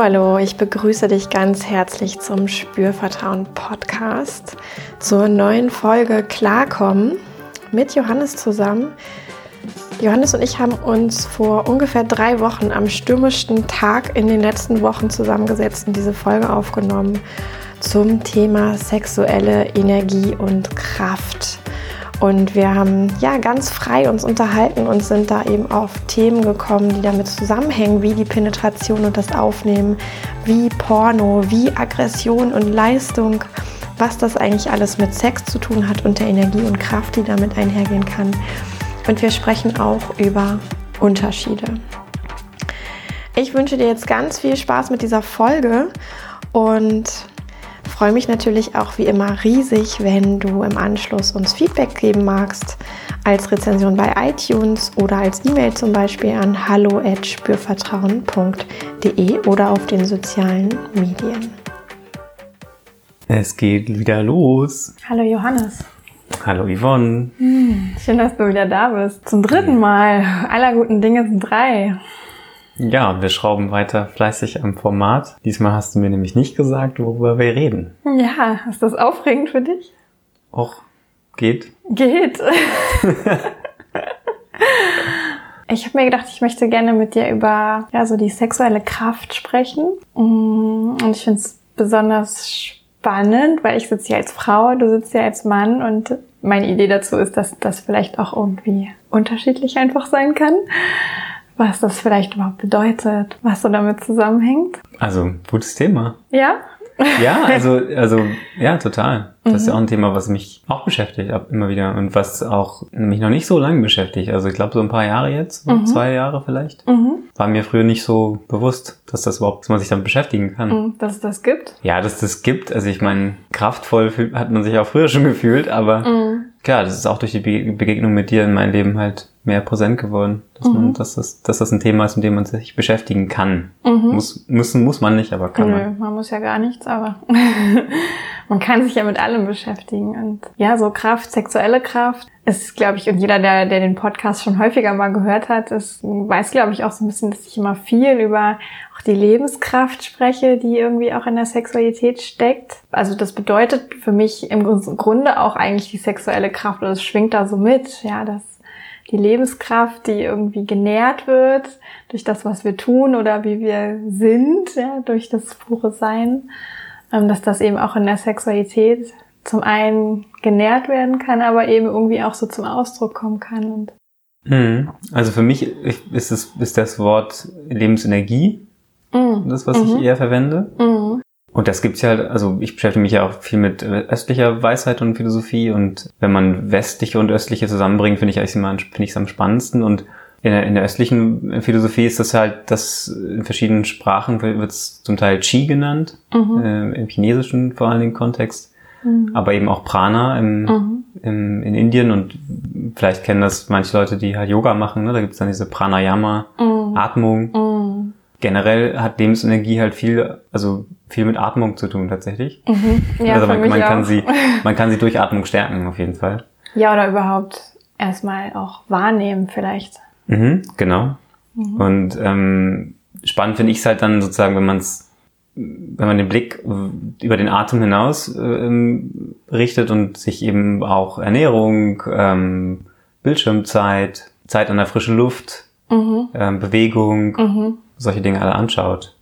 Hallo, ich begrüße dich ganz herzlich zum Spürvertrauen Podcast, zur neuen Folge Klarkommen mit Johannes zusammen. Johannes und ich haben uns vor ungefähr 3 Wochen am stürmischsten Tag in den letzten Wochen zusammengesetzt und diese Folge aufgenommen zum Thema sexuelle Energie und Kraft. Und wir haben ganz frei uns unterhalten und sind da eben auf Themen gekommen, die damit zusammenhängen, wie die Penetration und das Aufnehmen, wie Porno, wie Aggression und Leistung, was das eigentlich alles mit Sex zu tun hat und der Energie und Kraft, die damit einhergehen kann. Und wir sprechen auch über Unterschiede. Ich wünsche dir jetzt ganz viel Spaß mit dieser Folge und freue mich natürlich auch wie immer riesig, wenn du im Anschluss uns Feedback geben magst, als Rezension bei iTunes oder als E-Mail zum Beispiel an hallo@spürvertrauen.de oder auf den sozialen Medien. Es geht wieder los. Hallo Johannes. Hallo Yvonne. Schön, dass du wieder da bist. Zum 3. Mal. Aller guten Dinge sind 3. Ja, wir schrauben weiter fleißig am Format. Diesmal hast du mir nämlich nicht gesagt, worüber wir reden. Ja, ist das aufregend für dich? Och, geht. Geht. Ich habe mir gedacht, ich möchte gerne mit dir über so die sexuelle Kraft sprechen. Und ich finde es besonders spannend, weil ich sitze hier als Frau, du sitzt hier als Mann und meine Idee dazu ist, dass das vielleicht auch irgendwie unterschiedlich einfach sein kann. Was das vielleicht überhaupt bedeutet, was so damit zusammenhängt. Also, gutes Thema. Ja? Ja, also ja, total. Das ist ja auch ein Thema, was mich auch beschäftigt, immer wieder. Und was auch mich noch nicht so lange beschäftigt. Also ich glaube so ein paar Jahre jetzt, 2 Jahre vielleicht. War mir früher nicht so bewusst, dass man sich damit beschäftigen kann. Dass es das gibt? Ja, dass das gibt. Also ich meine, kraftvoll hat man sich auch früher schon gefühlt, aber klar, das ist auch durch die Begegnung mit dir in meinem Leben halt mehr präsent geworden, dass das ein Thema ist, mit dem man sich beschäftigen kann. Muss man nicht, aber kann man. Nö, man muss ja gar nichts, aber man kann sich ja mit allem beschäftigen. Und ja, so Kraft, sexuelle Kraft ist, glaube ich, und jeder, der den Podcast schon häufiger mal gehört hat, weiß, glaube ich, auch so ein bisschen, dass ich immer viel über auch die Lebenskraft spreche, die irgendwie auch in der Sexualität steckt. Also das bedeutet für mich im Grunde auch eigentlich die sexuelle Kraft, oder es schwingt da so mit, ja, dass die Lebenskraft, die irgendwie genährt wird durch das, was wir tun oder wie wir sind, ja, durch das pure Sein, dass das eben auch in der Sexualität zum einen genährt werden kann, aber eben irgendwie auch so zum Ausdruck kommen kann. Also für mich ist das Wort Lebensenergie das, was ich eher verwende. Und das gibt's ja halt, also ich beschäftige mich ja auch viel mit östlicher Weisheit und Philosophie, und wenn man westliche und östliche zusammenbringt, finde ich es am spannendsten. Und in der östlichen Philosophie ist das halt, dass in verschiedenen Sprachen wird es zum Teil Qi genannt, im chinesischen vor allen Dingen Kontext, aber eben auch Prana in Indien, und vielleicht kennen das manche Leute, die halt Yoga machen, ne? Da gibt's dann diese Pranayama, Atmung. Generell hat Lebensenergie halt viel mit Atmung zu tun tatsächlich. Ja, also man kann sie durch Atmung stärken auf jeden Fall. Ja, oder überhaupt erstmal auch wahrnehmen vielleicht. Genau. Und spannend finde ich es halt dann sozusagen, wenn man den Blick über den Atem hinaus richtet und sich eben auch Ernährung, Bildschirmzeit, Zeit an der frischen Luft, Bewegung, solche Dinge alle anschaut.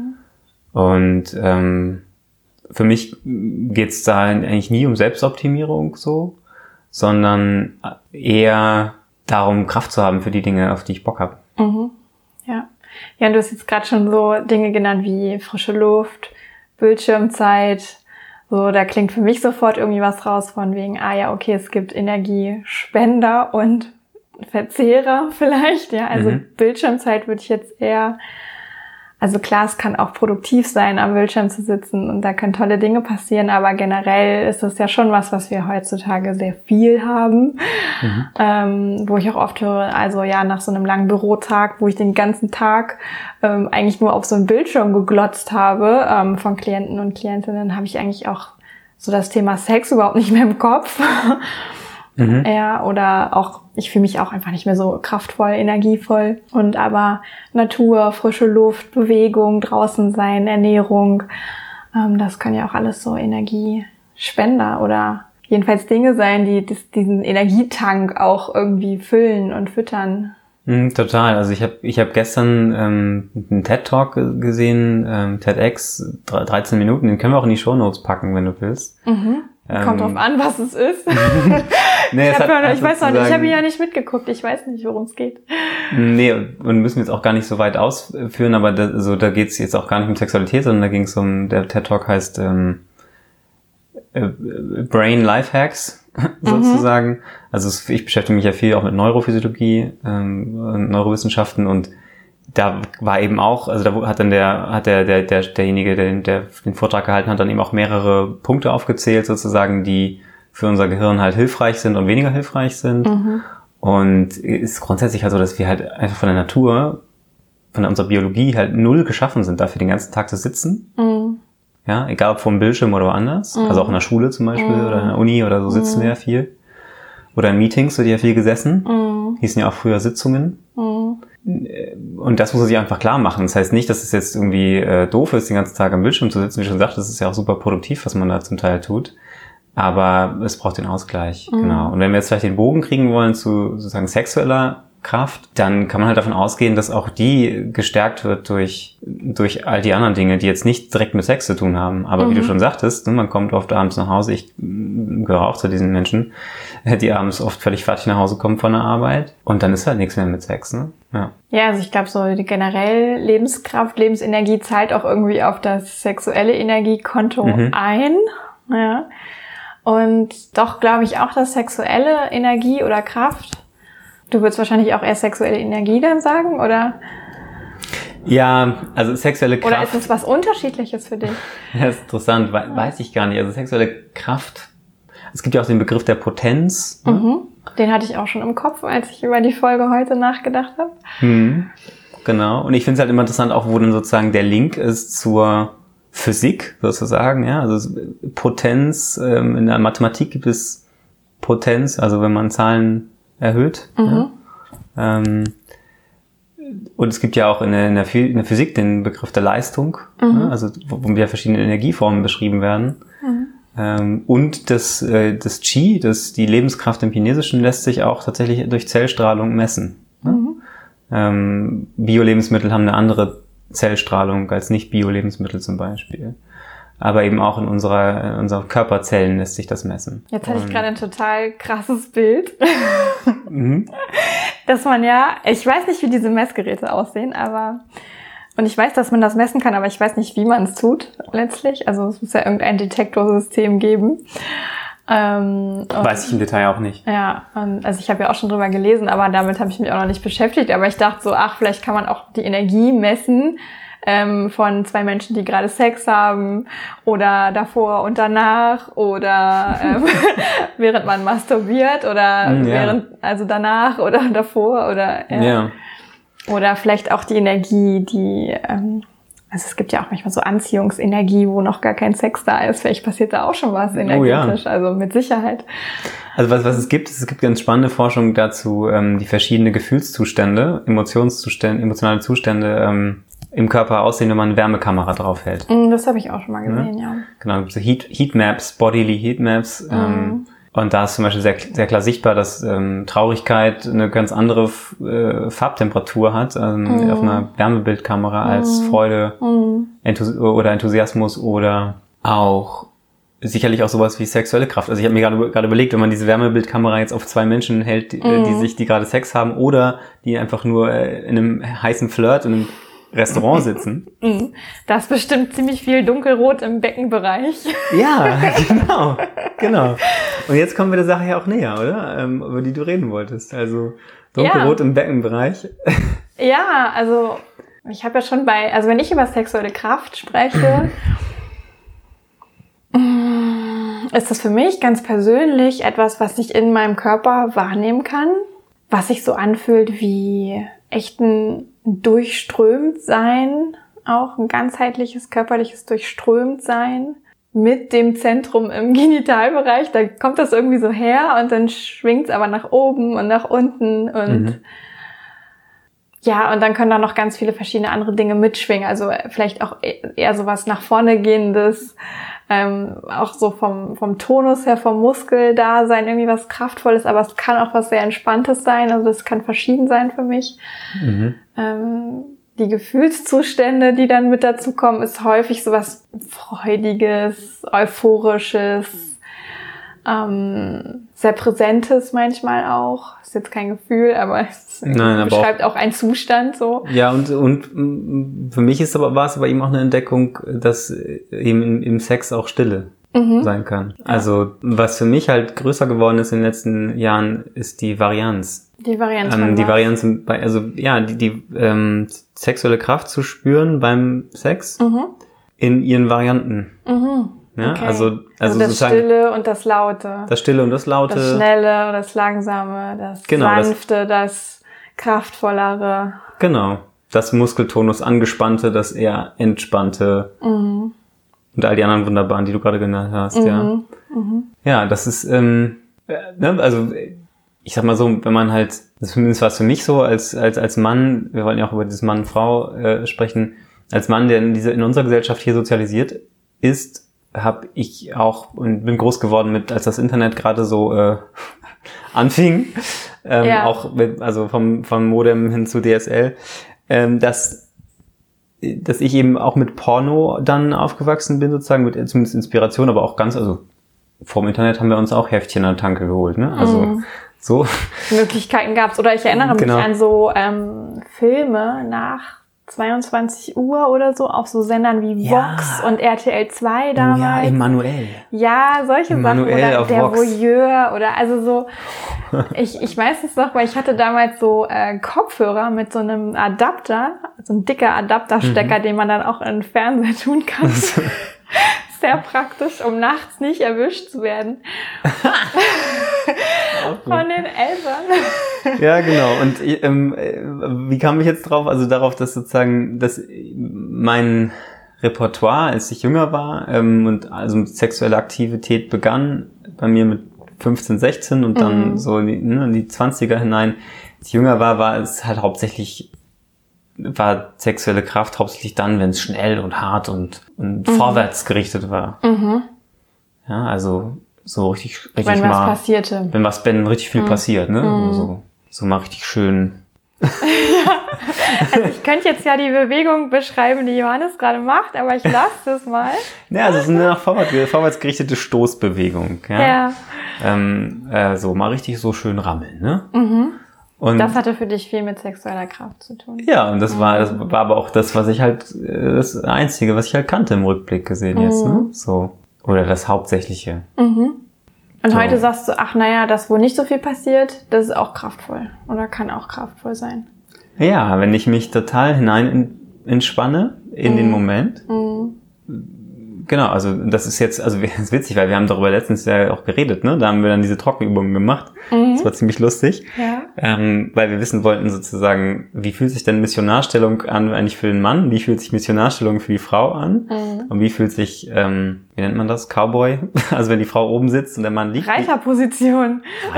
Und für mich geht's da eigentlich nie um Selbstoptimierung so, sondern eher darum, Kraft zu haben für die Dinge, auf die ich Bock habe. Ja. Ja, du hast jetzt gerade schon so Dinge genannt wie frische Luft, Bildschirmzeit. So, da klingt für mich sofort irgendwie was raus von wegen, okay, es gibt Energiespender und Verzehrer vielleicht, ja. Also Bildschirmzeit würde ich jetzt eher, also klar, es kann auch produktiv sein, am Bildschirm zu sitzen und da können tolle Dinge passieren, aber generell ist das ja schon was wir heutzutage sehr viel haben, wo ich auch oft höre, also ja, nach so einem langen Bürotag, wo ich den ganzen Tag eigentlich nur auf so einen Bildschirm geglotzt habe von Klienten und Klientinnen, habe ich eigentlich auch so das Thema Sex überhaupt nicht mehr im Kopf. Ja, oder auch ich fühle mich auch einfach nicht mehr so kraftvoll, energievoll. Und aber Natur, frische Luft, Bewegung, draußen sein, Ernährung, das können ja auch alles so Energiespender oder jedenfalls Dinge sein, die diesen Energietank auch irgendwie füllen und füttern. Total. Also ich hab gestern einen TED-Talk gesehen, TEDx, 13 Minuten, den können wir auch in die Shownotes packen, wenn du willst. Kommt drauf an, was es ist. Nee, ich habe ihn ja nicht mitgeguckt, ich weiß nicht, worum es geht. Nee, und müssen wir jetzt auch gar nicht so weit ausführen, aber da geht's jetzt auch gar nicht um Sexualität, sondern da ging's der TED-Talk heißt Brain Lifehacks sozusagen. Also ich beschäftige mich ja viel auch mit Neurophysiologie, Neurowissenschaften, und da war eben auch, also da hat dann derjenige, der den Vortrag gehalten hat, dann eben auch mehrere Punkte aufgezählt sozusagen, die für unser Gehirn halt hilfreich sind und weniger hilfreich sind. Und ist grundsätzlich halt so, dass wir halt einfach von der Natur, von unserer Biologie halt null geschaffen sind, dafür den ganzen Tag zu sitzen. Ja, egal ob vom Bildschirm oder woanders. Also auch in der Schule zum Beispiel oder in der Uni oder so sitzen wir ja viel. Oder in Meetings wird ja viel gesessen. Hießen ja auch früher Sitzungen. Und das muss man sich einfach klar machen. Das heißt nicht, dass es jetzt irgendwie doof ist, den ganzen Tag am Bildschirm zu sitzen. Wie schon gesagt, das ist ja auch super produktiv, was man da zum Teil tut. Aber es braucht den Ausgleich. Genau. Und wenn wir jetzt vielleicht den Bogen kriegen wollen zu sozusagen sexueller Kraft, dann kann man halt davon ausgehen, dass auch die gestärkt wird durch all die anderen Dinge, die jetzt nicht direkt mit Sex zu tun haben. Aber wie du schon sagtest, man kommt oft abends nach Hause, ich gehöre auch zu diesen Menschen, die abends oft völlig fertig nach Hause kommen von der Arbeit, und dann ist halt nichts mehr mit Sex, ne? Ja, also ich glaube, so die generell Lebenskraft, Lebensenergie zahlt auch irgendwie auf das sexuelle Energiekonto ein. Ja. Und doch glaube ich auch, dass sexuelle Energie oder Kraft, du würdest wahrscheinlich auch eher sexuelle Energie dann sagen, oder? Ja, also sexuelle Kraft. Oder ist es was Unterschiedliches für dich? Ja, ist interessant, weiß ich gar nicht. Also sexuelle Kraft, es gibt ja auch den Begriff der Potenz. Ne? Den hatte ich auch schon im Kopf, als ich über die Folge heute nachgedacht habe. Genau, und ich finde es halt immer interessant, auch wo dann sozusagen der Link ist zur Physik sozusagen. Ja, also Potenz, in der Mathematik gibt es Potenz, also wenn man Zahlen erhöht. Ja. Und es gibt ja auch in der Physik den Begriff der Leistung, ne? Also wo ja verschiedene Energieformen beschrieben werden. Und das Qi, die Lebenskraft im Chinesischen, lässt sich auch tatsächlich durch Zellstrahlung messen. Ne? Bio-Lebensmittel haben eine andere Zellstrahlung als Nicht-Bio-Lebensmittel zum Beispiel. Aber eben auch in unseren Körperzellen lässt sich das messen. Jetzt hatte ich gerade ein total krasses Bild. Dass man ich weiß nicht, wie diese Messgeräte aussehen, und ich weiß, dass man das messen kann, aber ich weiß nicht, wie man es tut, letztlich. Also es muss ja irgendein Detektorsystem geben. Weiß ich im Detail auch nicht. Ja, also ich habe ja auch schon drüber gelesen, aber damit habe ich mich auch noch nicht beschäftigt. Aber ich dachte so, vielleicht kann man auch die Energie messen von zwei Menschen, die gerade Sex haben, oder davor und danach, oder während man masturbiert, oder also danach oder davor, oder oder vielleicht auch die Energie, die also es gibt ja auch manchmal so Anziehungsenergie, wo noch gar kein Sex da ist. Vielleicht passiert da auch schon was energetisch, also mit Sicherheit. Also was es gibt ganz spannende Forschung dazu, die verschiedene Gefühlszustände, emotionale Zustände im Körper aussehen, wenn man eine Wärmekamera draufhält. Das habe ich auch schon mal gesehen, ja. Genau, so Heatmaps, Bodily Heatmaps. Und da ist zum Beispiel sehr, sehr klar sichtbar, dass Traurigkeit eine ganz andere Farbtemperatur hat auf einer Wärmebildkamera als Freude oder Enthusiasmus oder auch sicherlich auch sowas wie sexuelle Kraft. Also ich habe mir gerade überlegt, wenn man diese Wärmebildkamera jetzt auf zwei Menschen hält, die gerade Sex haben oder die einfach nur in einem heißen Flirt in einem Restaurant sitzen. Das ist bestimmt ziemlich viel dunkelrot im Beckenbereich. Ja, genau. Und jetzt kommen wir der Sache ja auch näher, oder? Über die du reden wolltest. Also dunkelrot im Beckenbereich. Ja, also ich habe ja schon also wenn ich über sexuelle Kraft spreche, ist das für mich ganz persönlich etwas, was ich in meinem Körper wahrnehmen kann, was sich so anfühlt wie echt ein Durchströmtsein, auch ein ganzheitliches körperliches Durchströmtsein, mit dem Zentrum im Genitalbereich. Da kommt das irgendwie so her und dann schwingt es aber nach oben und nach unten und ja, und dann können da noch ganz viele verschiedene andere Dinge mitschwingen. Also vielleicht auch eher sowas nach vorne gehendes, auch so vom Tonus her, vom Muskeldasein, irgendwie was Kraftvolles, aber es kann auch was sehr Entspanntes sein. Also das kann verschieden sein für mich. Die Gefühlszustände, die dann mit dazu kommen, ist häufig sowas Freudiges, Euphorisches, sehr Präsentes manchmal auch. Ist jetzt kein Gefühl, aber es beschreibt auch einen Zustand so. Ja, und für mich war es aber eben auch eine Entdeckung, dass eben im Sex auch Stille sein kann. Ja. Also was für mich halt größer geworden ist in den letzten Jahren, ist die Varianz. Die Varianz. Die sexuelle Kraft zu spüren beim Sex in ihren Varianten. Ja, okay. Also das Stille und das Laute. Das Stille und das Laute. Das Schnelle, das Langsame, das Sanfte, das Kraftvollere. Genau. Das Muskeltonus Angespannte, das eher Entspannte. Und all die anderen wunderbaren, die du gerade genannt hast. Ja, das ist, also ich sag mal so, wenn man halt, zumindest war es für mich so, als Mann, wir wollen ja auch über dieses Mann-Frau sprechen, als Mann, der in unserer Gesellschaft hier sozialisiert ist, habe ich auch und bin groß geworden als das Internet gerade so anfing, auch also vom Modem hin zu DSL, dass ich eben auch mit Porno dann aufgewachsen bin, sozusagen mit zumindest Inspiration, aber auch also vorm Internet haben wir uns auch Heftchen an der Tanke geholt, ne? Also so Möglichkeiten gab's. Oder ich erinnere mich an so Filme nach 22 Uhr oder so, auf so Sendern wie Vox und RTL 2 damals. Ja, Emanuel. Ja, solche Emanuel Sachen. Oder der Vox. Voyeur oder also so. Ich weiß es noch, weil ich hatte damals so Kopfhörer mit so einem Adapter, so ein dicker Adapterstecker, den man dann auch in den Fernseher tun kann. Sehr praktisch, um nachts nicht erwischt zu werden. Von den Eltern. Ja, genau. Und wie kam ich jetzt drauf? Also darauf, dass sozusagen, dass mein Repertoire, als ich jünger war und also mit sexueller Aktivität begann, bei mir mit 15, 16 und dann so in die 20er hinein, als ich jünger war es halt war sexuelle Kraft hauptsächlich dann, wenn es schnell und hart und vorwärts gerichtet war. Ja, also so richtig wenn mal, was passierte. Wenn richtig viel passiert, ne? So mal richtig schön. Also ich könnte jetzt ja die Bewegung beschreiben, die Johannes gerade macht, aber ich lasse das mal. Ja, also es ist eine nach vorwärts gerichtete Stoßbewegung. Ja. So mal richtig so schön rammeln, ne? Und das hatte für dich viel mit sexueller Kraft zu tun. Ja, und das war aber auch das, was ich halt, das Einzige, was ich halt kannte im Rückblick gesehen jetzt, ne? So. Oder das Hauptsächliche. Und heute sagst du, ach naja, das, wo nicht so viel passiert, das ist auch kraftvoll. Oder kann auch kraftvoll sein. Ja, wenn ich mich total entspanne in den Moment. Genau, also das ist jetzt, also das ist witzig, weil wir haben darüber letztens ja auch geredet, ne? Da haben wir dann diese Trockenübungen gemacht. Das war ziemlich lustig. Ja. Weil wir wissen wollten sozusagen, wie fühlt sich denn Missionarstellung an eigentlich für den Mann? Wie fühlt sich Missionarstellung für die Frau an? Und wie fühlt sich, wie nennt man das? Cowboy? Also wenn die Frau oben sitzt und der Mann liegt. Reiterposition.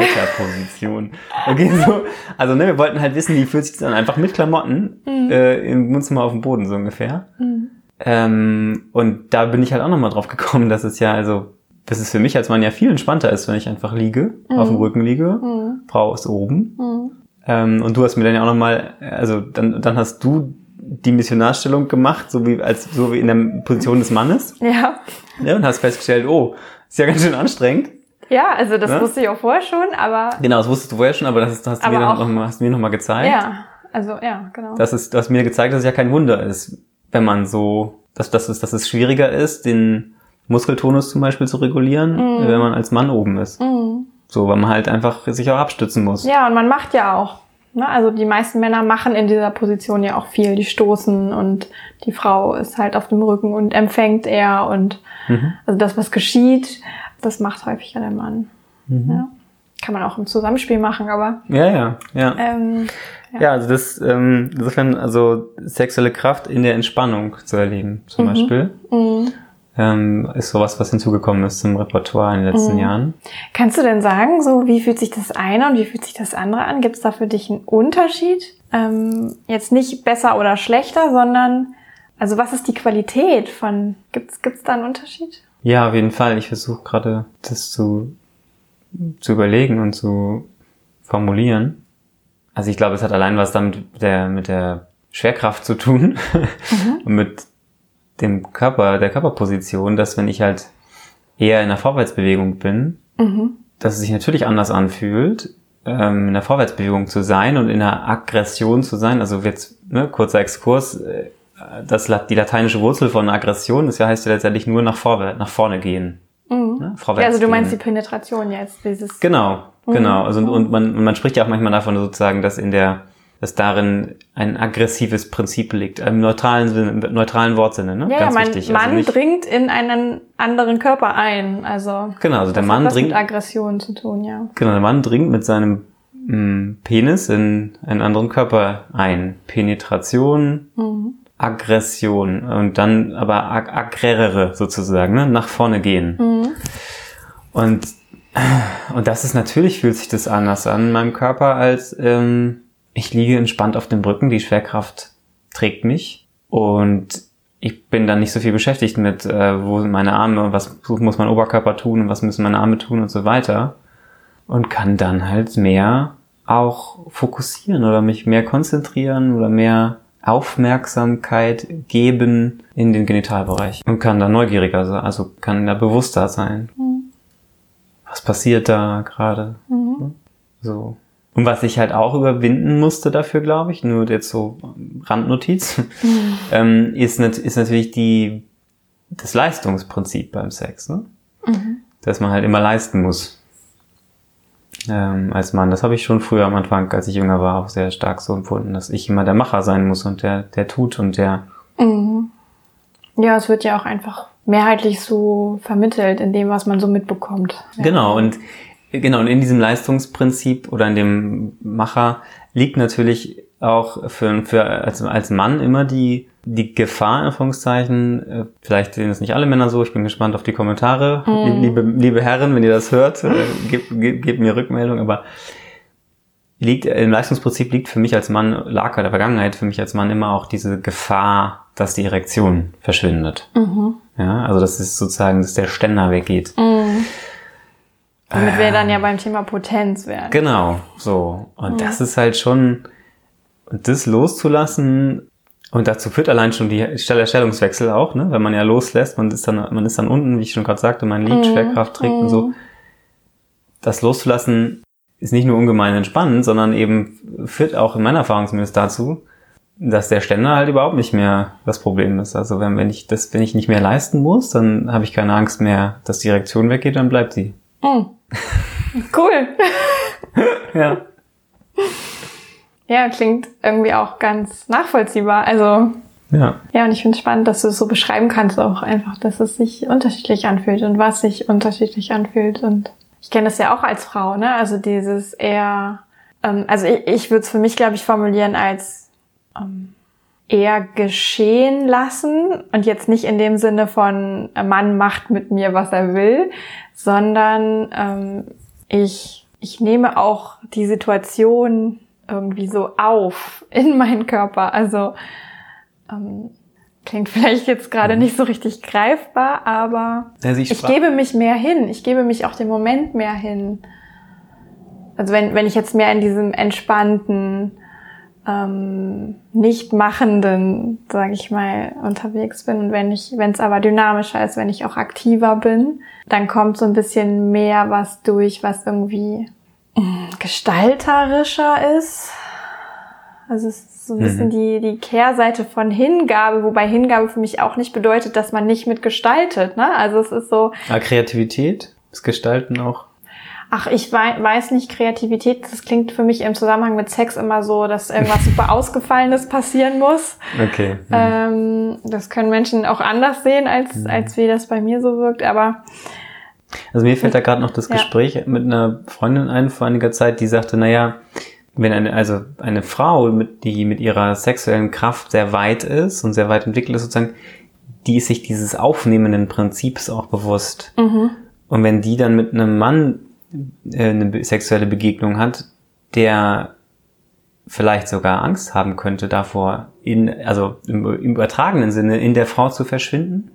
Okay, so. Also ne, wir wollten halt wissen, wie fühlt sich das an? Einfach mit Klamotten im Wohnzimmer auf dem Boden so ungefähr. Und da bin ich halt auch nochmal drauf gekommen, dass es ja, also, dass es für mich als Mann ja viel entspannter ist, wenn ich einfach liege, auf dem Rücken liege, Frau ist oben. Und du hast mir dann ja auch nochmal, also dann hast du die Missionarstellung gemacht, so wie in der Position des Mannes. Ja. Ja, und hast festgestellt, oh, ist ja ganz schön anstrengend. Ja, also das wusste ich auch vorher schon, aber... Genau, das wusstest du vorher schon, aber das hast du mir nochmal gezeigt. Ja, also ja, genau. Du hast mir gezeigt, dass es ja kein Wunder ist, wenn man so, dass es schwieriger ist, den Muskeltonus zum Beispiel zu regulieren, wenn man als Mann oben ist. So, weil man halt einfach sich auch abstützen muss. Ja, und man macht ja auch. Ne? Also die meisten Männer machen in dieser Position ja auch viel. Die stoßen und die Frau ist halt auf dem Rücken und empfängt eher. Und also das, was geschieht, das macht häufig ja der Mann. Ja? Kann man auch im Zusammenspiel machen, aber... Ja. Ja, also das, insofern, also sexuelle Kraft in der Entspannung zu erleben, zum Beispiel. ist sowas, was hinzugekommen ist zum Repertoire in den letzten Jahren. Kannst du denn sagen, so wie fühlt sich das eine und wie fühlt sich das andere an? Gibt es da für dich einen Unterschied? Jetzt nicht besser oder schlechter, sondern also was ist die Qualität von, gibt's da einen Unterschied? Ja, auf jeden Fall. Ich versuche gerade das zu überlegen und zu formulieren. Also ich glaube, es hat allein was damit mit der Schwerkraft zu tun und mit dem Körper, der Körperposition, dass wenn ich halt eher in der Vorwärtsbewegung bin, dass es sich natürlich anders anfühlt, in der Vorwärtsbewegung zu sein und in der Aggression zu sein. Also jetzt, kurzer Exkurs, die lateinische Wurzel von Aggression, das heißt ja letztendlich nur nach vorne gehen. Vorwärts ja, also du meinst gehen. die Penetration jetzt, dieses... Genau. Also, und man spricht ja auch manchmal davon sozusagen, dass darin ein aggressives Prinzip liegt, im neutralen Wortsinne, ne? Ja, Ganz man wichtig. Also dringt in einen anderen Körper ein, also. Genau, also der Mann hat was dringt mit Aggression zu tun, ja. Genau, der Mann dringt mit seinem Penis in einen anderen Körper ein. Penetration, Aggression und dann aber aggrere sozusagen, ne? Nach vorne gehen. Und das ist natürlich, fühlt sich das anders an in meinem Körper als ich liege entspannt auf dem Rücken, die Schwerkraft trägt mich und ich bin dann nicht so viel beschäftigt mit, wo sind meine Arme, was muss mein Oberkörper tun und was müssen meine Arme tun und so weiter und kann dann halt mehr auch fokussieren oder mich mehr konzentrieren oder mehr Aufmerksamkeit geben in den Genitalbereich und kann da neugieriger sein, also kann da bewusster sein. Was passiert da gerade? So. Und was ich halt auch überwinden musste dafür, glaube ich, nur jetzt so Randnotiz, ist natürlich das Leistungsprinzip beim Sex, ne? Dass man halt immer leisten muss. Als Mann. Das habe ich schon früher am Anfang, als ich jünger war, auch sehr stark so empfunden, dass ich immer der Macher sein muss und der tut und der... Ja, es wird ja auch einfach mehrheitlich so vermittelt in dem, was man so mitbekommt. Ja. Genau, und in diesem Leistungsprinzip oder in dem Macher liegt natürlich auch als Mann immer die Gefahr, in Anführungszeichen, vielleicht sehen das nicht alle Männer so, ich bin gespannt auf die Kommentare, liebe Herren, wenn ihr das hört, gebt mir Rückmeldung, aber im Leistungsprinzip liegt für mich als Mann, lag in der Vergangenheit für mich als Mann immer auch diese Gefahr, dass die Erektion verschwindet. Ja, also das ist sozusagen, dass der Ständer weggeht. Damit wir dann ja beim Thema Potenz wären. Genau, so. Und das ist halt schon, und das loszulassen, und dazu führt allein schon der Stellungswechsel auch, ne, wenn man ja loslässt, man ist dann unten, wie ich schon gerade sagte, man liegt, Schwerkraft trägt und so. Das loszulassen ist nicht nur ungemein entspannend, sondern eben führt auch in meiner Erfahrung zumindest dazu, dass der Ständer halt überhaupt nicht mehr das Problem ist. Also wenn ich nicht mehr leisten muss, dann habe ich keine Angst mehr, dass die Erektion weggeht, dann bleibt sie. Cool. Ja. Ja, klingt irgendwie auch ganz nachvollziehbar. Also ja, und ich finde es spannend, dass du es so beschreiben kannst auch einfach, dass es sich unterschiedlich anfühlt und was sich unterschiedlich anfühlt. Und ich kenne das ja auch als Frau, ne? Also dieses eher, also ich würde es für mich, glaube ich, formulieren als eher geschehen lassen und jetzt nicht in dem Sinne von Mann macht mit mir, was er will, sondern ich nehme auch die Situation irgendwie so auf in meinen Körper. Also klingt vielleicht jetzt gerade nicht so richtig greifbar, aber ich gebe mich mehr hin. Ich gebe mich auch dem Moment mehr hin. Also wenn ich jetzt mehr in diesem entspannten, nicht machenden, sage ich mal, unterwegs bin und wenn es aber dynamischer ist, wenn ich auch aktiver bin, dann kommt so ein bisschen mehr was durch, was irgendwie gestalterischer ist. Also es ist so ein bisschen die Kehrseite von Hingabe, wobei Hingabe für mich auch nicht bedeutet, dass man nicht mitgestaltet, ne? Also es ist so... Kreativität? Ist Gestalten auch? Ach, ich weiß nicht, Kreativität, das klingt für mich im Zusammenhang mit Sex immer so, dass irgendwas super Ausgefallenes passieren muss. Okay. Das können Menschen auch anders sehen, als wie das bei mir so wirkt, aber... Also mir fällt da gerade noch das Gespräch mit einer Freundin ein vor einiger Zeit, die sagte, naja, wenn eine Frau, die mit ihrer sexuellen Kraft sehr weit ist und sehr weit entwickelt ist, sozusagen, die ist sich dieses aufnehmenden Prinzips auch bewusst. Und wenn die dann mit einem Mann eine sexuelle Begegnung hat, der vielleicht sogar Angst haben könnte davor, also im übertragenen Sinne, in der Frau zu verschwinden.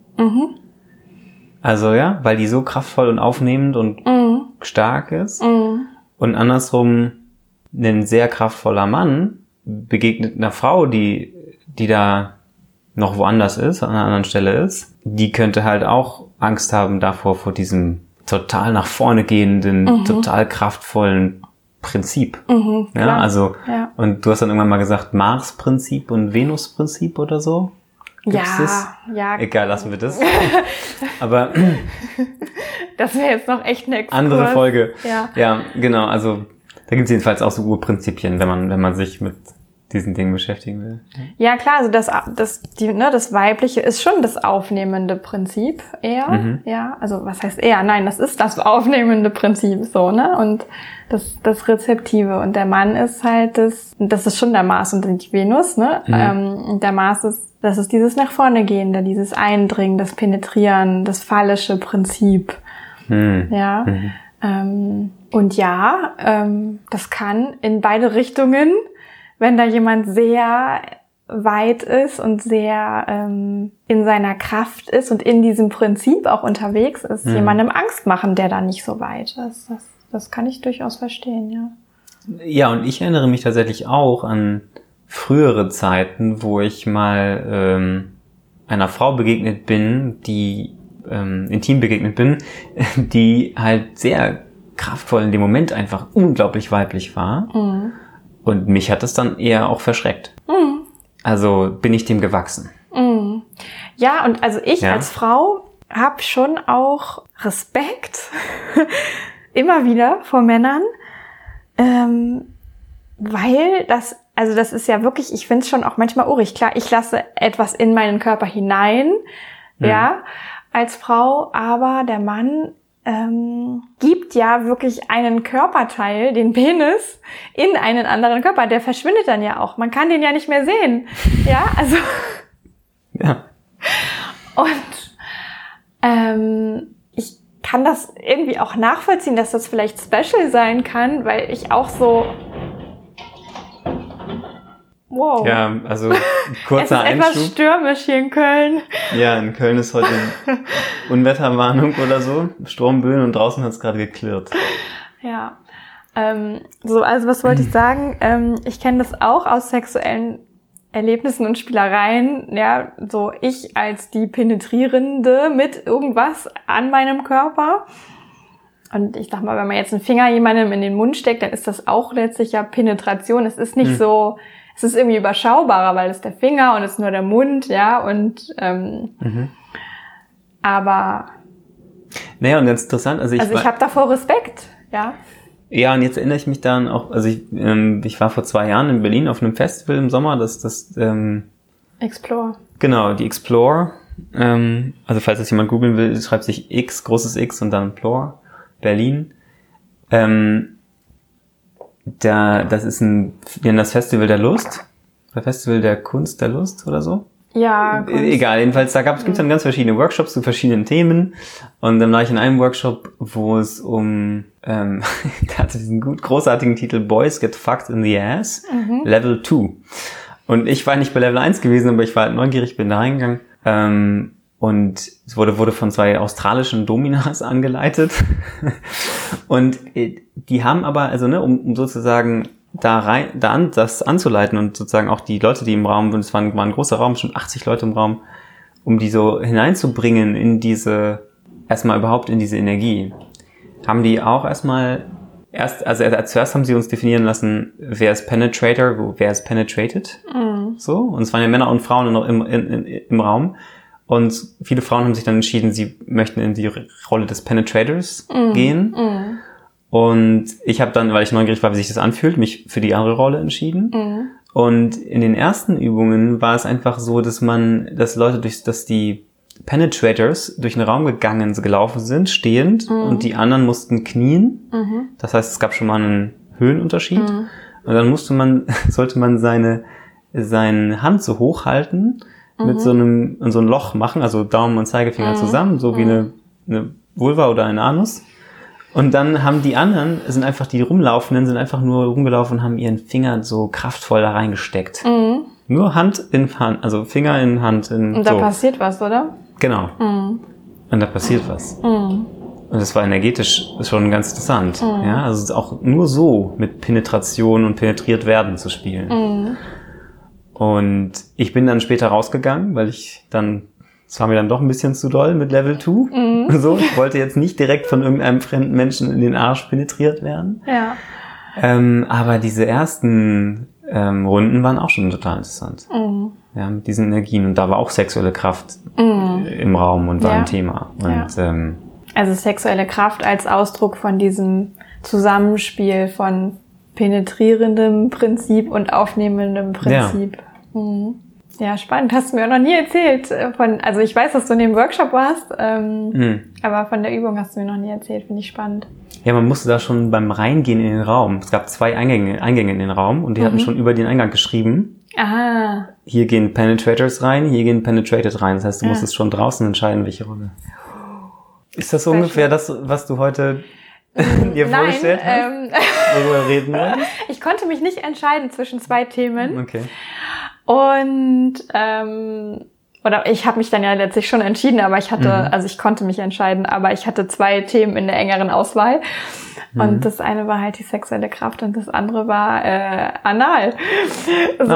Also ja, weil die so kraftvoll und aufnehmend und stark ist. Und andersrum, ein sehr kraftvoller Mann begegnet einer Frau, die da noch woanders ist, an einer anderen Stelle ist, die könnte halt auch Angst haben davor, vor diesem total nach vorne gehenden, total kraftvollen Prinzip. Ja, also, und du hast dann irgendwann mal gesagt, Mars-Prinzip und Venus-Prinzip oder so? Gibt's das? Ja. Egal, lassen wir das. Aber das wäre jetzt noch echt eine Exkurs. Andere Folge. Ja, genau, also da gibt es jedenfalls auch so Urprinzipien, wenn man sich mit diesen Dingen beschäftigen will. Ja, klar, also das Weibliche ist schon das aufnehmende Prinzip eher. Ja, also was heißt eher? Nein, das ist das aufnehmende Prinzip so, ne? Und das Rezeptive. Und der Mann ist halt das ist schon der Mars und die Venus, ne? Und der Mars das ist dieses nach vorne gehende, dieses Eindringen, das Penetrieren, das phallische Prinzip. Ja. Und ja, das kann in beide Richtungen, wenn da jemand sehr weit ist und sehr in seiner Kraft ist und in diesem Prinzip auch unterwegs ist, jemandem Angst machen, der da nicht so weit ist. Das kann ich durchaus verstehen, ja. Ja, und ich erinnere mich tatsächlich auch an frühere Zeiten, wo ich mal einer Frau begegnet bin, die intim begegnet bin, die halt sehr kraftvoll in dem Moment einfach unglaublich weiblich war. Und mich hat das dann eher auch verschreckt. Also bin ich dem gewachsen. Ja, und also ich als Frau habe schon auch Respekt immer wieder vor Männern, weil das ist ja wirklich, ich finde es schon auch manchmal urig. Klar, ich lasse etwas in meinen Körper hinein, ja, als Frau, aber der Mann gibt ja wirklich einen Körperteil, den Penis, in einen anderen Körper. Der verschwindet dann ja auch. Man kann den ja nicht mehr sehen. Ja, also. Ja. Und ich kann das irgendwie auch nachvollziehen, dass das vielleicht special sein kann, weil ich auch so... Wow. Ja, also kurzer Einschub. Es ist etwas stürmisch hier in Köln. Ja, in Köln ist heute Unwetterwarnung oder so, Sturmböen, und draußen hat es gerade geklirrt. Ja, also was wollte ich sagen? Ich kenne das auch aus sexuellen Erlebnissen und Spielereien. Ja, so ich als die Penetrierende mit irgendwas an meinem Körper. Und ich sag mal, wenn man jetzt einen Finger jemandem in den Mund steckt, dann ist das auch letztlich ja Penetration. Es ist nicht so... Es ist irgendwie überschaubarer, weil es der Finger und es ist nur der Mund, ja, und aber... Naja, und ganz interessant, also ich habe davor Respekt, ja. Ja, und jetzt erinnere ich mich dann auch, also ich war vor 2 Jahren in Berlin auf einem Festival im Sommer, das Explore. Genau, die Explore, also falls das jemand googeln will, schreibt sich X, großes X und dann Plore, Berlin. Das ist die nennen das Festival der Lust oder Festival der Kunst der Lust oder so. Ja, Kunst. Egal, jedenfalls gibt's dann ganz verschiedene Workshops zu verschiedenen Themen, und dann war ich in einem Workshop, wo es der hatte diesen großartigen Titel Boys Get Fucked in the Ass, Level 2. Und ich war nicht bei Level 1 gewesen, aber ich war halt neugierig, bin da reingegangen. Und es wurde von 2 australischen Dominas angeleitet. Und die haben aber, also um sozusagen das anzuleiten und sozusagen auch die Leute, die im Raum, und es war ein großer Raum, schon 80 Leute im Raum, um die so hineinzubringen in erstmal überhaupt in diese Energie, haben die auch zuerst haben sie uns definieren lassen, wer ist Penetrator, wer ist Penetrated. So. Und es waren ja Männer und Frauen im Raum. Und viele Frauen haben sich dann entschieden, sie möchten in die Rolle des Penetrators gehen. Und ich habe dann, weil ich neugierig war, wie sich das anfühlt, mich für die andere Rolle entschieden. Und in den ersten Übungen war es einfach so, dass die Penetrators durch den Raum gelaufen sind, stehend, und die anderen mussten knien. Das heißt, es gab schon mal einen Höhenunterschied. Und dann sollte man seine Hand so hoch halten, mit so ein Loch machen, also Daumen und Zeigefinger zusammen, so wie eine Vulva oder ein Anus. Und dann haben die anderen, die Rumlaufenden, sind einfach nur rumgelaufen und haben ihren Finger so kraftvoll da reingesteckt. Nur Hand in Hand, also Finger in Hand. Und da passiert was, oder? Genau. Und da passiert was. Und das war energetisch schon ganz interessant. Ja, also auch nur so mit Penetration und penetriert werden zu spielen. Und ich bin dann später rausgegangen, weil es war mir dann doch ein bisschen zu doll mit Level 2. So, ich wollte jetzt nicht direkt von irgendeinem fremden Menschen in den Arsch penetriert werden. Ja. Aber diese ersten Runden waren auch schon total interessant. Ja, mit diesen Energien. Und da war auch sexuelle Kraft im Raum und war ein Thema. Und, also sexuelle Kraft als Ausdruck von diesem Zusammenspiel von penetrierendem Prinzip und aufnehmendem Prinzip. Ja, spannend. Hast du mir auch noch nie erzählt. Also ich weiß, dass du in dem Workshop warst, aber von der Übung hast du mir noch nie erzählt. Finde ich spannend. Ja, man musste da schon beim Reingehen in den Raum. Es gab 2 Eingänge in den Raum und die hatten schon über den Eingang geschrieben. Aha. Hier gehen Penetrators rein, hier gehen Penetrated rein. Das heißt, du musstest schon draußen entscheiden, welche Rolle. Ist das so ungefähr das, was du heute dir vorgestellt hast? Worüber reden wir? Ich konnte mich nicht entscheiden zwischen 2 Themen. Okay. Und oder ich habe mich dann ja letztlich schon entschieden, aber ich konnte mich entscheiden, aber ich hatte 2 Themen in der engeren Auswahl. Und das eine war halt die sexuelle Kraft und das andere war anal. So.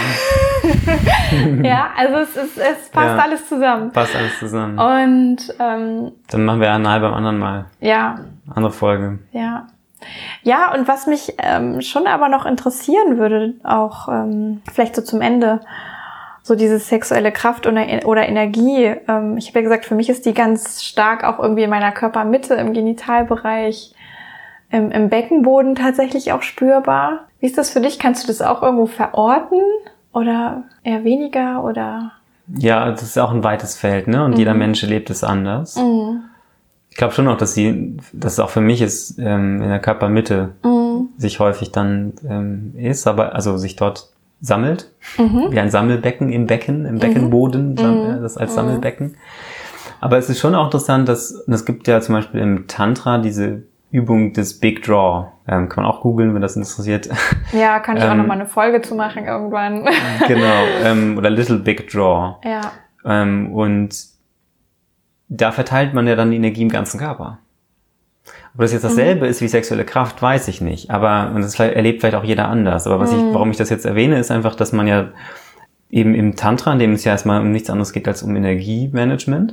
Ja, also es passt alles zusammen. Passt alles zusammen. Und dann machen wir anal beim anderen Mal. Ja. Andere Folge. Ja. Ja, und was mich schon aber noch interessieren würde, auch vielleicht so zum Ende, so diese sexuelle Kraft oder Energie. Ich habe ja gesagt, für mich ist die ganz stark auch irgendwie in meiner Körpermitte, im Genitalbereich, im Beckenboden tatsächlich auch spürbar. Wie ist das für dich? Kannst du das auch irgendwo verorten oder eher weniger oder? Ja, das ist auch ein weites Feld, ne? Und jeder Mensch erlebt es anders. Ich glaube schon auch, dass es auch für mich ist, in der Körpermitte sich häufig dann ist, aber also sich dort sammelt, wie ein Sammelbecken im Beckenboden, das als Sammelbecken. Aber es ist schon auch interessant, es gibt ja zum Beispiel im Tantra diese Übung des Big Draw. Kann man auch googeln, wenn das interessiert. Ja, kann ich auch nochmal eine Folge zu machen irgendwann. Genau, oder Little Big Draw. Ja. Und da verteilt man ja dann die Energie im ganzen Körper. Ob das jetzt dasselbe ist wie sexuelle Kraft, weiß ich nicht. Aber und das erlebt vielleicht auch jeder anders. Aber warum ich das jetzt erwähne, ist einfach, dass man ja eben im Tantra, in dem es ja erstmal um nichts anderes geht als um Energiemanagement.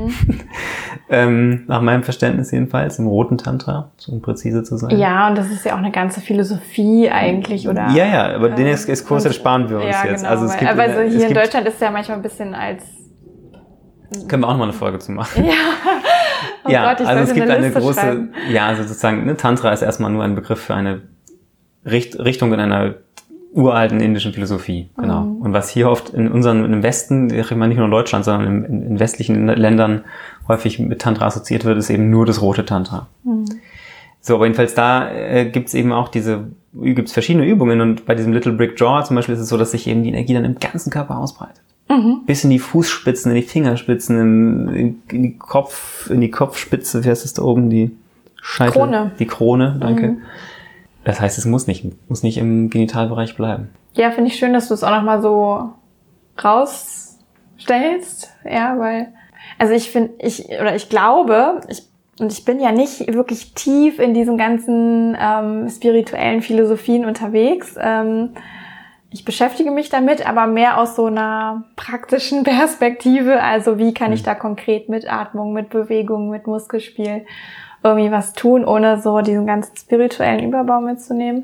Nach meinem Verständnis jedenfalls, im roten Tantra, um präzise zu sein. Ja, und das ist ja auch eine ganze Philosophie eigentlich, oder? Ja, aber den Exkurs sparen wir uns jetzt. Genau, Also es gibt, aber hier in Deutschland ist es ja manchmal ein bisschen als... Können wir auch noch mal eine Folge zu machen. Ja. Oh ja, Gott, also es gibt eine große, schreiben. ja, also sozusagen, ne, Tantra ist erstmal nur ein Begriff für eine Richtung in einer uralten indischen Philosophie, genau. Und was hier oft im Westen, ich meine nicht nur in Deutschland, sondern in westlichen Ländern häufig mit Tantra assoziiert wird, ist eben nur das rote Tantra. So, aber jedenfalls da gibt's eben auch gibt's verschiedene Übungen und bei diesem Little Brick Draw zum Beispiel ist es so, dass sich eben die Energie dann im ganzen Körper ausbreitet. Bis in die Fußspitzen, in die Fingerspitzen, in die Kopfspitze, wie heißt das da oben, die Scheitel? Krone. Die Krone, danke. Das heißt, es muss nicht im Genitalbereich bleiben. Ja, finde ich schön, dass du es auch nochmal so rausstellst. Ja, weil, also ich glaube, ich bin ja nicht wirklich tief in diesen ganzen spirituellen Philosophien unterwegs. Ich beschäftige mich damit, aber mehr aus so einer praktischen Perspektive. Also wie kann ich da konkret mit Atmung, mit Bewegung, mit Muskelspiel irgendwie was tun, ohne so diesen ganzen spirituellen Überbau mitzunehmen.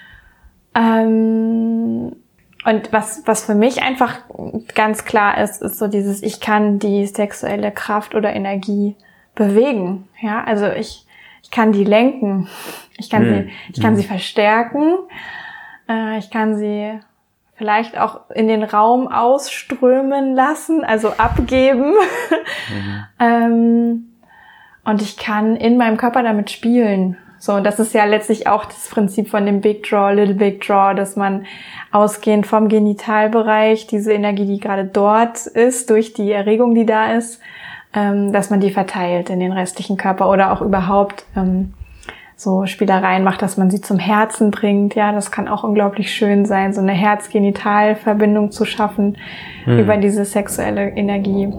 Und was für mich einfach ganz klar ist so dieses, ich kann die sexuelle Kraft oder Energie bewegen. Ja, also ich kann die lenken. Ich kann sie verstärken. Ich kann sie vielleicht auch in den Raum ausströmen lassen, also abgeben. Und ich kann in meinem Körper damit spielen. So, und das ist ja letztlich auch das Prinzip von dem Big Draw, Little Big Draw, dass man ausgehend vom Genitalbereich diese Energie, die gerade dort ist, durch die Erregung, die da ist, dass man die verteilt in den restlichen Körper oder auch überhaupt so Spielereien macht, dass man sie zum Herzen bringt. Ja, das kann auch unglaublich schön sein, so eine Herz-Genital-Verbindung zu schaffen über diese sexuelle Energie.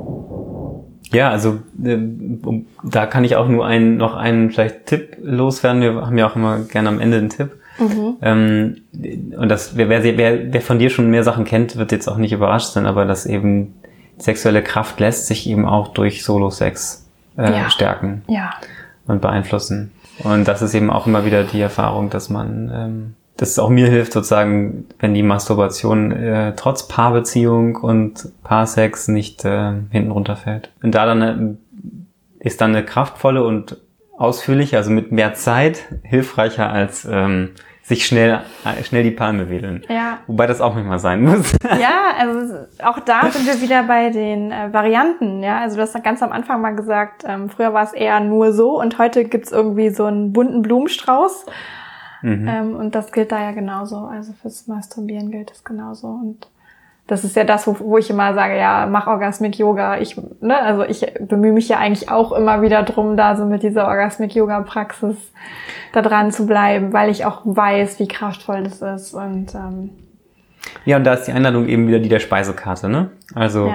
Ja, also da kann ich auch nur noch einen vielleicht Tipp loswerden. Wir haben ja auch immer gerne am Ende einen Tipp. Und das, wer von dir schon mehr Sachen kennt, wird jetzt auch nicht überrascht sein, aber dass eben sexuelle Kraft lässt sich eben auch durch Solo-Sex stärken und beeinflussen. Und das ist eben auch immer wieder die Erfahrung, dass dass es auch mir hilft, sozusagen, wenn die Masturbation trotz Paarbeziehung und Paarsex nicht hinten runterfällt. Und da dann ist dann eine kraftvolle und ausführliche, also mit mehr Zeit, hilfreicher als sich schnell die Palme wedeln. Ja. Wobei das auch manchmal sein muss. Ja, also auch da sind wir wieder bei den Varianten. Ja, also du hast ganz am Anfang mal gesagt, früher war es eher nur so und heute gibt's irgendwie so einen bunten Blumenstrauß. Und das gilt da ja genauso. Also fürs Masturbieren gilt das genauso. Und das ist ja das, wo ich immer sage, ja, mach Orgasmic Yoga. Also ich bemühe mich ja eigentlich auch immer wieder drum, da so mit dieser Orgasmic Yoga Praxis da dran zu bleiben, weil ich auch weiß, wie kraftvoll das ist. Und ja, und da ist die Einladung eben wieder die der Speisekarte, ne? Also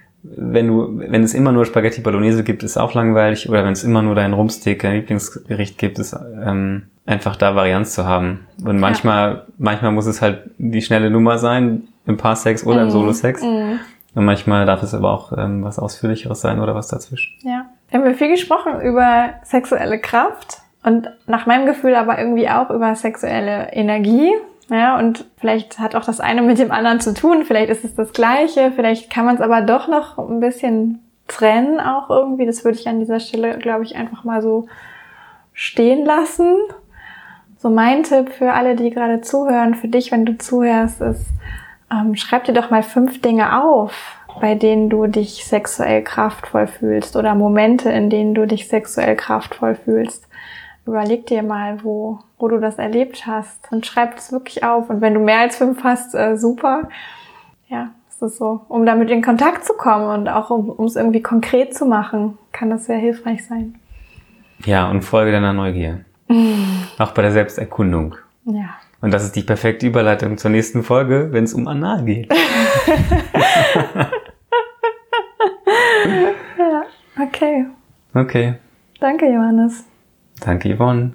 wenn es immer nur Spaghetti Bolognese gibt, ist auch langweilig. Oder wenn es immer nur dein Rumpsteak, dein Lieblingsgericht gibt, ist einfach da Varianz zu haben. Und manchmal muss es halt die schnelle Nummer sein, im Paarsex oder im Solo-Sex. Und manchmal darf es aber auch was Ausführlicheres sein oder was dazwischen. Ja, wir haben viel gesprochen über sexuelle Kraft und nach meinem Gefühl aber irgendwie auch über sexuelle Energie. Ja, und vielleicht hat auch das eine mit dem anderen zu tun, vielleicht ist es das Gleiche, vielleicht kann man es aber doch noch ein bisschen trennen auch irgendwie. Das würde ich an dieser Stelle, glaube ich, einfach mal so stehen lassen. So mein Tipp für alle, die gerade zuhören, für dich, wenn du zuhörst, ist, schreib dir doch mal 5 Dinge auf, bei denen du dich sexuell kraftvoll fühlst oder Momente, in denen du dich sexuell kraftvoll fühlst. Überleg dir mal, wo du das erlebt hast und schreib es wirklich auf. Und wenn du mehr als 5 hast, super. Ja, das ist so. Um damit in Kontakt zu kommen und auch um es irgendwie konkret zu machen, kann das sehr hilfreich sein. Ja, und folge deiner Neugier. Auch bei der Selbsterkundung. Ja. Und das ist die perfekte Überleitung zur nächsten Folge, wenn es um Anal geht. Ja, okay. Okay. Danke, Johannes. Danke, Yvonne.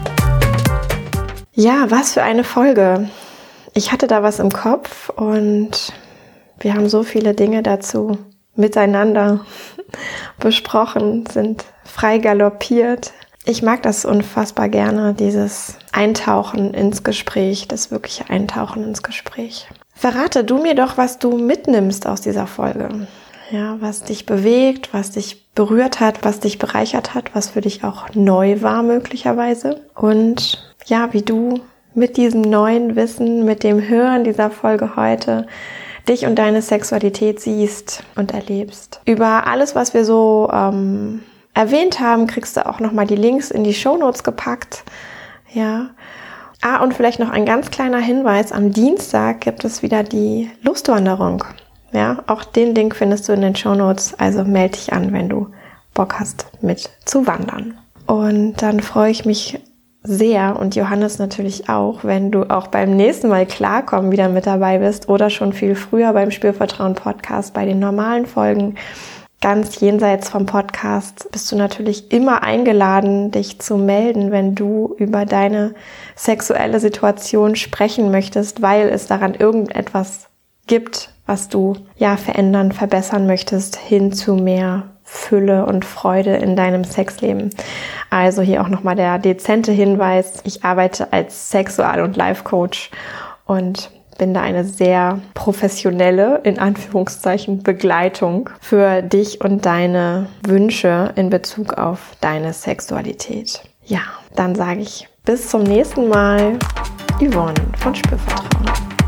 Ja, was für eine Folge. Ich hatte da was im Kopf und wir haben so viele Dinge dazu miteinander besprochen, sind frei galoppiert. Ich mag das unfassbar gerne, dieses Eintauchen ins Gespräch, das wirkliche Eintauchen ins Gespräch. Verrate du mir doch, was du mitnimmst aus dieser Folge. Ja, was dich bewegt, was dich berührt hat, was dich bereichert hat, was für dich auch neu war möglicherweise. Und ja, wie du mit diesem neuen Wissen, mit dem Hören dieser Folge heute dich und deine Sexualität siehst und erlebst. Über alles, was wir so erwähnt haben, kriegst du auch nochmal die Links in die Shownotes gepackt. Ja. Und vielleicht noch ein ganz kleiner Hinweis. Am Dienstag gibt es wieder die Lustwanderung. Ja, auch den Link findest du in den Shownotes. Also melde dich an, wenn du Bock hast, mit zu wandern. Und dann freue ich mich sehr und Johannes natürlich auch, wenn du auch beim nächsten Mal Klarkommen wieder mit dabei bist oder schon viel früher beim Spürvertrauen Podcast bei den normalen Folgen. Ganz jenseits vom Podcast bist du natürlich immer eingeladen, dich zu melden, wenn du über deine sexuelle Situation sprechen möchtest, weil es daran irgendetwas gibt, was du verändern, verbessern möchtest, hin zu mehr Fülle und Freude in deinem Sexleben. Also hier auch nochmal der dezente Hinweis, ich arbeite als Sexual- und Life-Coach und bin da eine sehr professionelle, in Anführungszeichen, Begleitung für dich und deine Wünsche in Bezug auf deine Sexualität. Ja, dann sage ich bis zum nächsten Mal, Yvonne von Spürvertrauen.